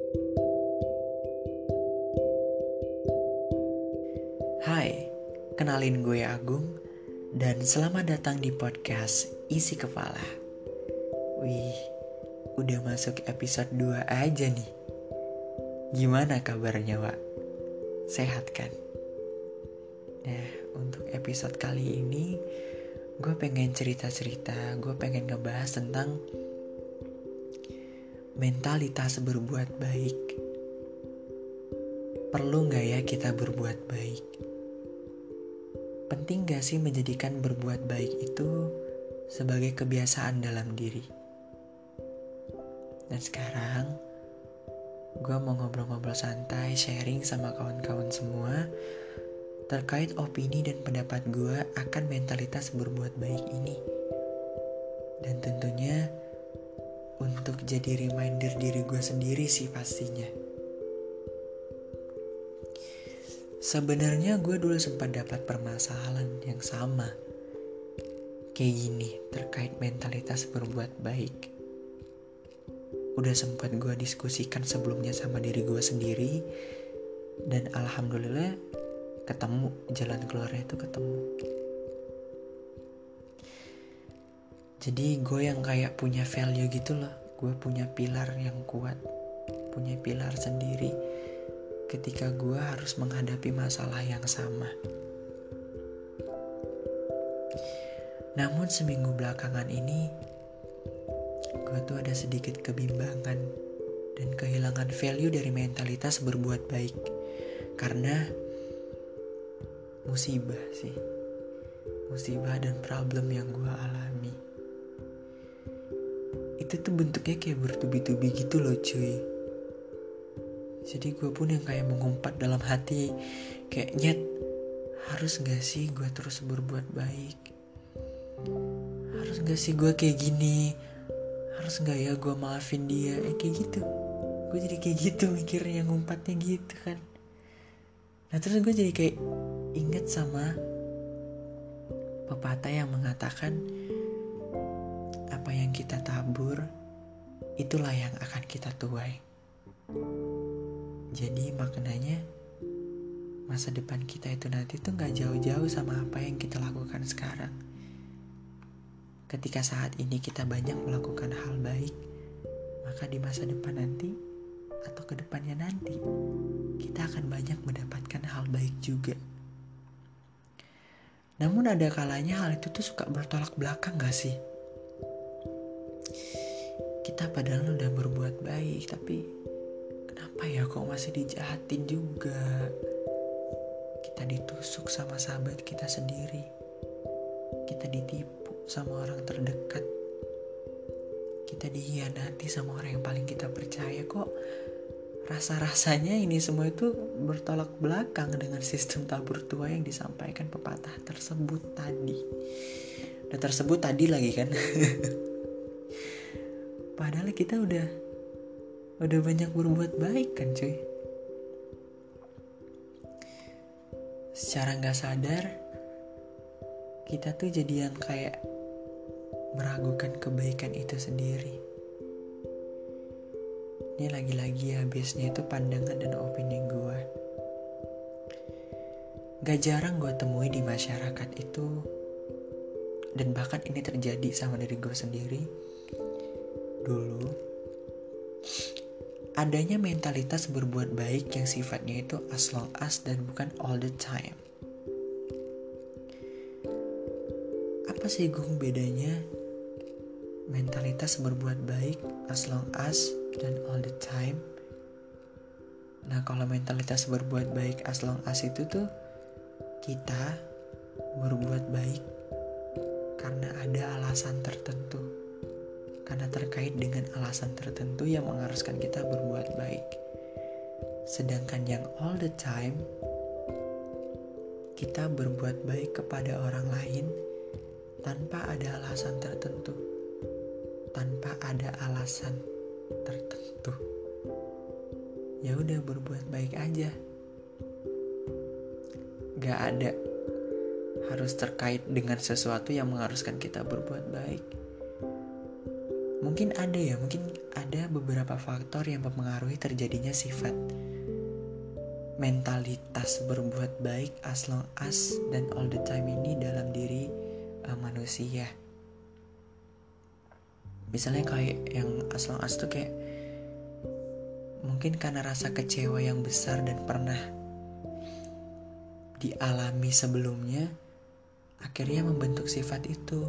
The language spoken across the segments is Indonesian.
Hai, kenalin gue Agung dan selamat datang di podcast Isi Kepala. Wih, udah masuk episode 2 aja nih. Gimana kabarnya, Wak? Sehat kan? Nah, untuk episode kali ini gue pengen cerita-cerita, gue pengen ngebahas tentang mentalitas berbuat baik. Perlu gak ya kita berbuat baik? Penting gak sih menjadikan berbuat baik itu sebagai kebiasaan dalam diri? Dan sekarang gue mau ngobrol-ngobrol santai, sharing sama kawan-kawan semua terkait opini dan pendapat gue akan mentalitas berbuat baik ini. Dan tentunya untuk jadi reminder diri gue sendiri sih pastinya. Sebenarnya gue dulu sempat dapat permasalahan yang sama kayak gini terkait mentalitas berbuat baik. Udah sempat gue diskusikan sebelumnya sama diri gue sendiri, dan alhamdulillah ketemu jalan keluarnya itu ketemu. Jadi gue yang kayak punya value gitu loh, gue punya pilar yang kuat, punya pilar sendiri ketika gue harus menghadapi masalah yang sama. Namun seminggu belakangan ini gue tuh ada sedikit kebimbangan dan kehilangan value dari mentalitas berbuat baik. Karena musibah dan problem yang gue alami itu tuh bentuknya kayak bertubi-tubi gitu loh cuy. Jadi gue pun yang kayak mengumpat dalam hati, kayak nyet, harus gak sih gue terus berbuat baik? Harus gak sih gue kayak gini? Harus gak ya gue maafin dia? Kayak gitu. Gue jadi kayak gitu mikirnya, ngumpatnya gitu kan. Nah terus gue jadi kayak inget sama pepatah yang mengatakan, apa yang kita tabur, itulah yang akan kita tuai. Jadi maknanya masa depan kita itu nanti tuh gak jauh-jauh sama apa yang kita lakukan sekarang. Ketika saat ini kita banyak melakukan hal baik, maka di masa depan nanti atau ke depannya nanti kita akan banyak mendapatkan hal baik juga. Namun ada kalanya hal itu tuh suka bertolak belakang gak sih? Kita padahal udah berbuat baik, tapi kenapa ya kok masih dijahatin juga? Kita ditusuk sama sahabat kita sendiri. Kita ditipu sama orang terdekat. Kita dikhianati sama orang yang paling kita percaya. Kok rasa-rasanya ini semua itu bertolak belakang dengan sistem tabur tua yang disampaikan pepatah tersebut tadi. Dan tersebut tadi lagi kan. Padahal kita udah banyak berbuat baik kan cuy. Secara gak sadar kita tuh jadi yang kayak meragukan kebaikan itu sendiri. Ini lagi-lagi habisnya itu pandangan dan opini gue. Gak jarang gue temui di masyarakat itu, dan bahkan ini terjadi sama diri gue sendiri. Dulu adanya mentalitas berbuat baik yang sifatnya itu as long as dan bukan all the time. Apa sih Gung bedanya mentalitas berbuat baik as long as dan all the time? Nah kalau mentalitas berbuat baik as long as itu tuh kita berbuat baik karena ada alasan tertentu, karena terkait dengan alasan tertentu yang mengharuskan kita berbuat baik. Sedangkan yang all the time, kita berbuat baik kepada orang lain tanpa ada alasan tertentu. Ya udah berbuat baik aja. Gak ada harus terkait dengan sesuatu yang mengharuskan kita berbuat baik. Mungkin ada beberapa faktor yang mempengaruhi terjadinya sifat mentalitas berbuat baik as long as dan all the time ini dalam diri manusia. Misalnya kayak yang as long as tuh kayak mungkin karena rasa kecewa yang besar dan pernah dialami sebelumnya, akhirnya membentuk sifat itu.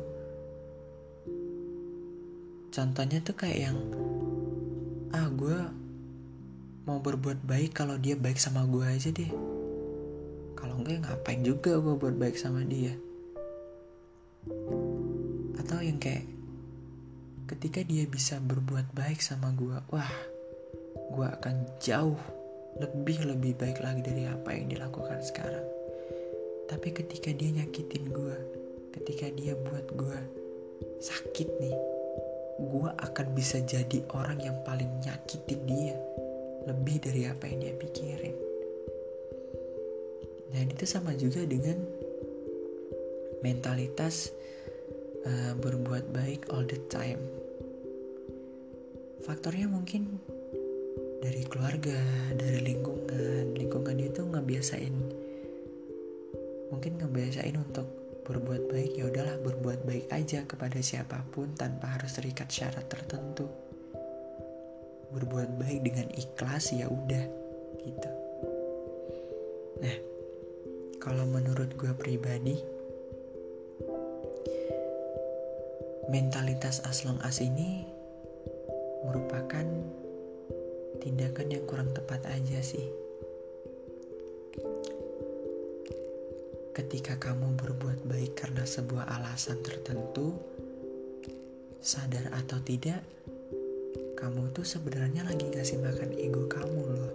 Contohnya tuh kayak yang gue mau berbuat baik kalau dia baik sama gue aja deh. Kalau enggak ngapain juga gue buat baik sama dia. Atau yang kayak ketika dia bisa berbuat baik sama gue, wah, gue akan jauh lebih baik lagi dari apa yang dilakukan sekarang. Tapi ketika dia nyakitin gue, ketika dia buat gue sakit nih, gue akan bisa jadi orang yang paling nyakitin dia lebih dari apa yang dia pikirin. Dan itu sama juga dengan mentalitas berbuat baik all the time. Faktornya mungkin dari keluarga, dari lingkungan itu ngebiasain untuk berbuat baik. Ya udahlah, berbuat baik aja kepada siapapun tanpa harus terikat syarat tertentu. Berbuat baik dengan ikhlas, ya udah gitu. Nah, kalau menurut gue pribadi, mentalitas as long as ini merupakan tindakan yang kurang tepat aja sih. Ketika kamu berbuat baik karena sebuah alasan tertentu, sadar atau tidak, kamu tuh sebenarnya lagi ngasih makan ego kamu loh.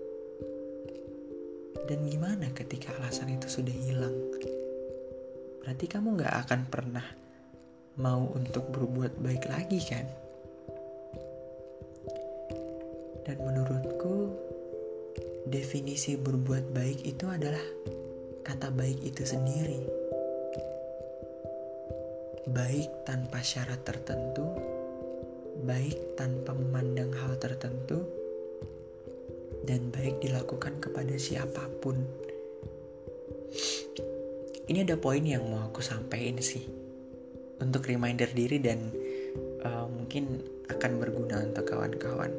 Dan gimana ketika alasan itu sudah hilang? Berarti kamu gak akan pernah mau untuk berbuat baik lagi kan? Dan menurutku, definisi berbuat baik itu adalah kata baik itu sendiri. Baik tanpa syarat tertentu, baik tanpa memandang hal tertentu, dan baik dilakukan kepada siapapun. Ini ada poin yang mau aku sampaikan sih, untuk reminder diri dan mungkin akan berguna untuk kawan-kawan.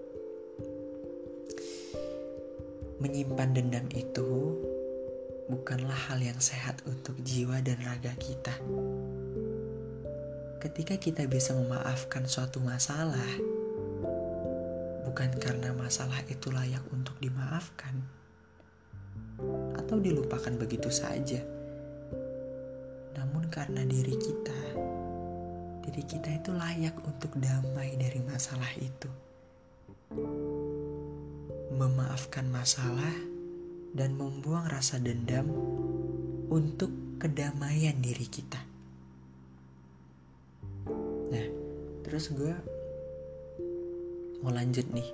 Menyimpan dendam itu bukanlah hal yang sehat untuk jiwa dan raga kita. Ketika kita bisa memaafkan suatu masalah, bukan karena masalah itu layak untuk dimaafkan atau dilupakan begitu saja, namun karena diri kita itu layak untuk damai dari masalah itu. Memaafkan masalah dan membuang rasa dendam untuk kedamaian diri kita. Nah, terus gue mau lanjut nih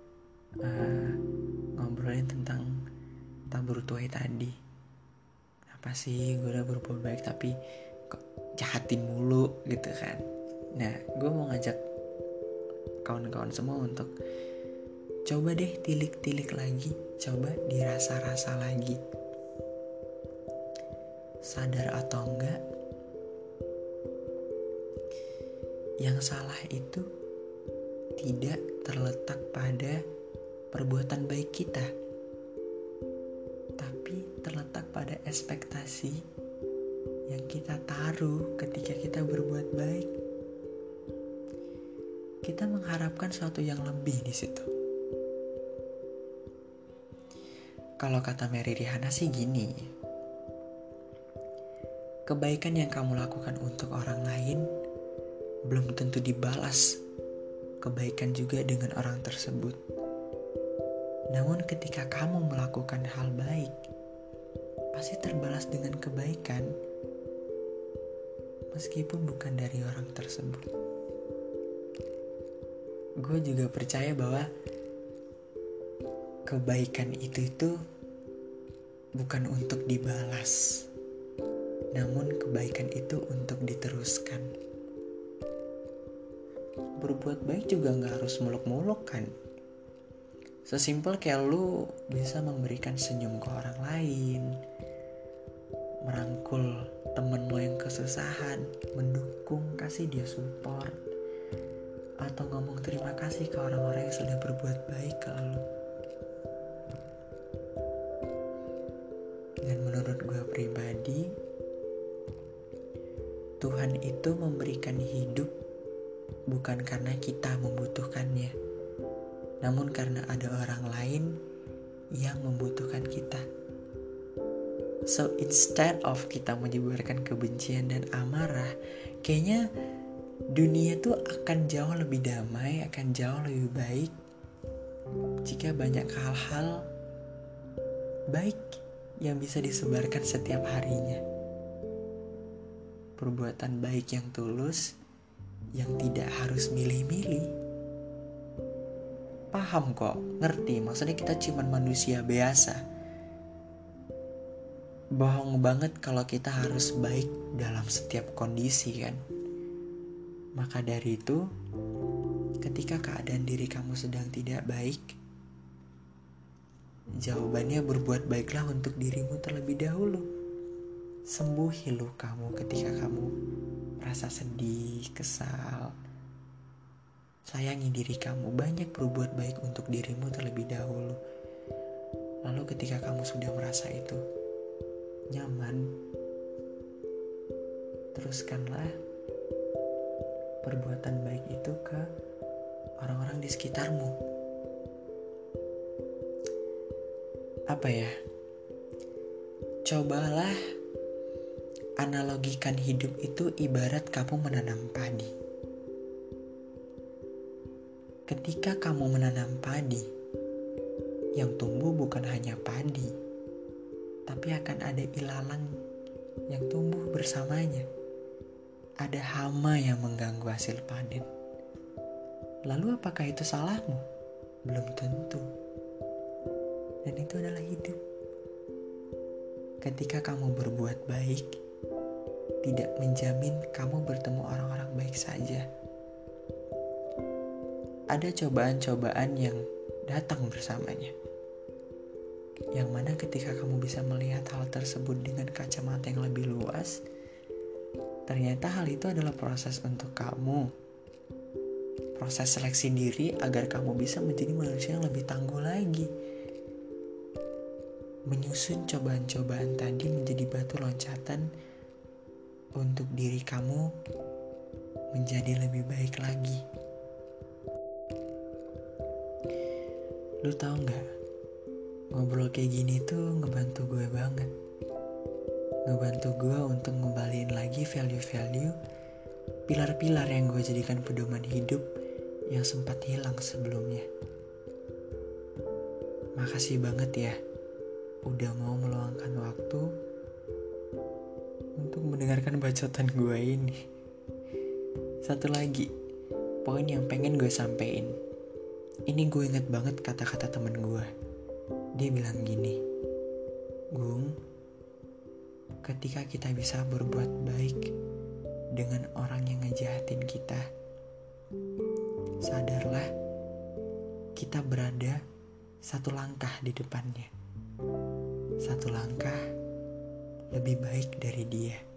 ngobrolin tentang tabur tuai tadi. Apa sih gue udah berbuat baik tapi kok jahatin mulu gitu kan. Nah, gue mau ngajak kawan-kawan semua untuk coba deh tilik-tilik lagi, coba dirasa-rasa lagi. Sadar atau enggak, yang salah itu tidak terletak pada perbuatan baik kita, tapi terletak pada ekspektasi yang kita taruh ketika kita berbuat baik. Kita mengharapkan sesuatu yang lebih di situ. Kalau kata Mary Rihanna sih gini, kebaikan yang kamu lakukan untuk orang lain belum tentu dibalas kebaikan juga dengan orang tersebut. Namun ketika kamu melakukan hal baik, pasti terbalas dengan kebaikan, meskipun bukan dari orang tersebut. Gue juga percaya bahwa kebaikan itu bukan untuk dibalas, namun kebaikan itu untuk diteruskan. Berbuat baik juga gak harus muluk-muluk kan. Sesimpel kayak lu bisa memberikan senyum ke orang lain, merangkul temen lo yang kesusahan, mendukung, kasih dia support, atau ngomong terima kasih ke orang-orang yang sudah berbuat baik ke lo. Dan menurut gue pribadi, Tuhan itu memberikan hidup bukan karena kita membutuhkannya, namun karena ada orang lain yang membutuhkan kita. So instead of kita menyebarkan kebencian dan amarah, kayaknya dunia tuh akan jauh lebih damai, akan jauh lebih baik jika banyak hal-hal baik yang bisa disebarkan setiap harinya. Perbuatan baik yang tulus, yang tidak harus milih-milih. Paham kok, ngerti, maksudnya kita cuma manusia biasa. Bohong banget kalau kita harus baik dalam setiap kondisi kan. Maka dari itu, ketika keadaan diri kamu sedang tidak baik, jawabannya berbuat baiklah untuk dirimu terlebih dahulu. Sembuhi lukamu ketika kamu merasa sedih, kesal. Sayangi diri kamu, banyak berbuat baik untuk dirimu terlebih dahulu. Lalu ketika kamu sudah merasa itu nyaman, teruskanlah perbuatan baik itu ke orang-orang di sekitarmu. Apa ya? Cobalah analogikan hidup itu ibarat kamu menanam padi. Ketika kamu menanam padi, yang tumbuh bukan hanya padi, tapi akan ada ilalang yang tumbuh bersamanya. Ada hama yang mengganggu hasil panen. Lalu apakah itu salahmu? Belum tentu. Dan itu adalah hidup. Ketika kamu berbuat baik, tidak menjamin kamu bertemu orang-orang baik saja. Ada cobaan-cobaan yang datang bersamanya, yang mana ketika kamu bisa melihat hal tersebut dengan kacamata yang lebih luas, ternyata hal itu adalah proses untuk kamu, proses seleksi diri agar kamu bisa menjadi manusia yang lebih tangguh lagi. Menyusun cobaan-cobaan tadi menjadi batu loncatan untuk diri kamu menjadi lebih baik lagi. Lu tahu gak, ngobrol kayak gini tuh ngebantu gue banget. Ngebantu gue untuk ngembaliin lagi value-value, pilar-pilar yang gue jadikan pedoman hidup yang sempat hilang sebelumnya. Makasih banget ya, udah mau meluangkan waktu untuk mendengarkan bacotan gue ini. Satu lagi, poin yang pengen gue sampein. Ini gue inget banget kata-kata temen gue. Dia bilang gini, Gung, ketika kita bisa berbuat baik dengan orang yang ngejahatin kita, sadarlah kita berada satu langkah di depannya. Satu langkah lebih baik dari dia.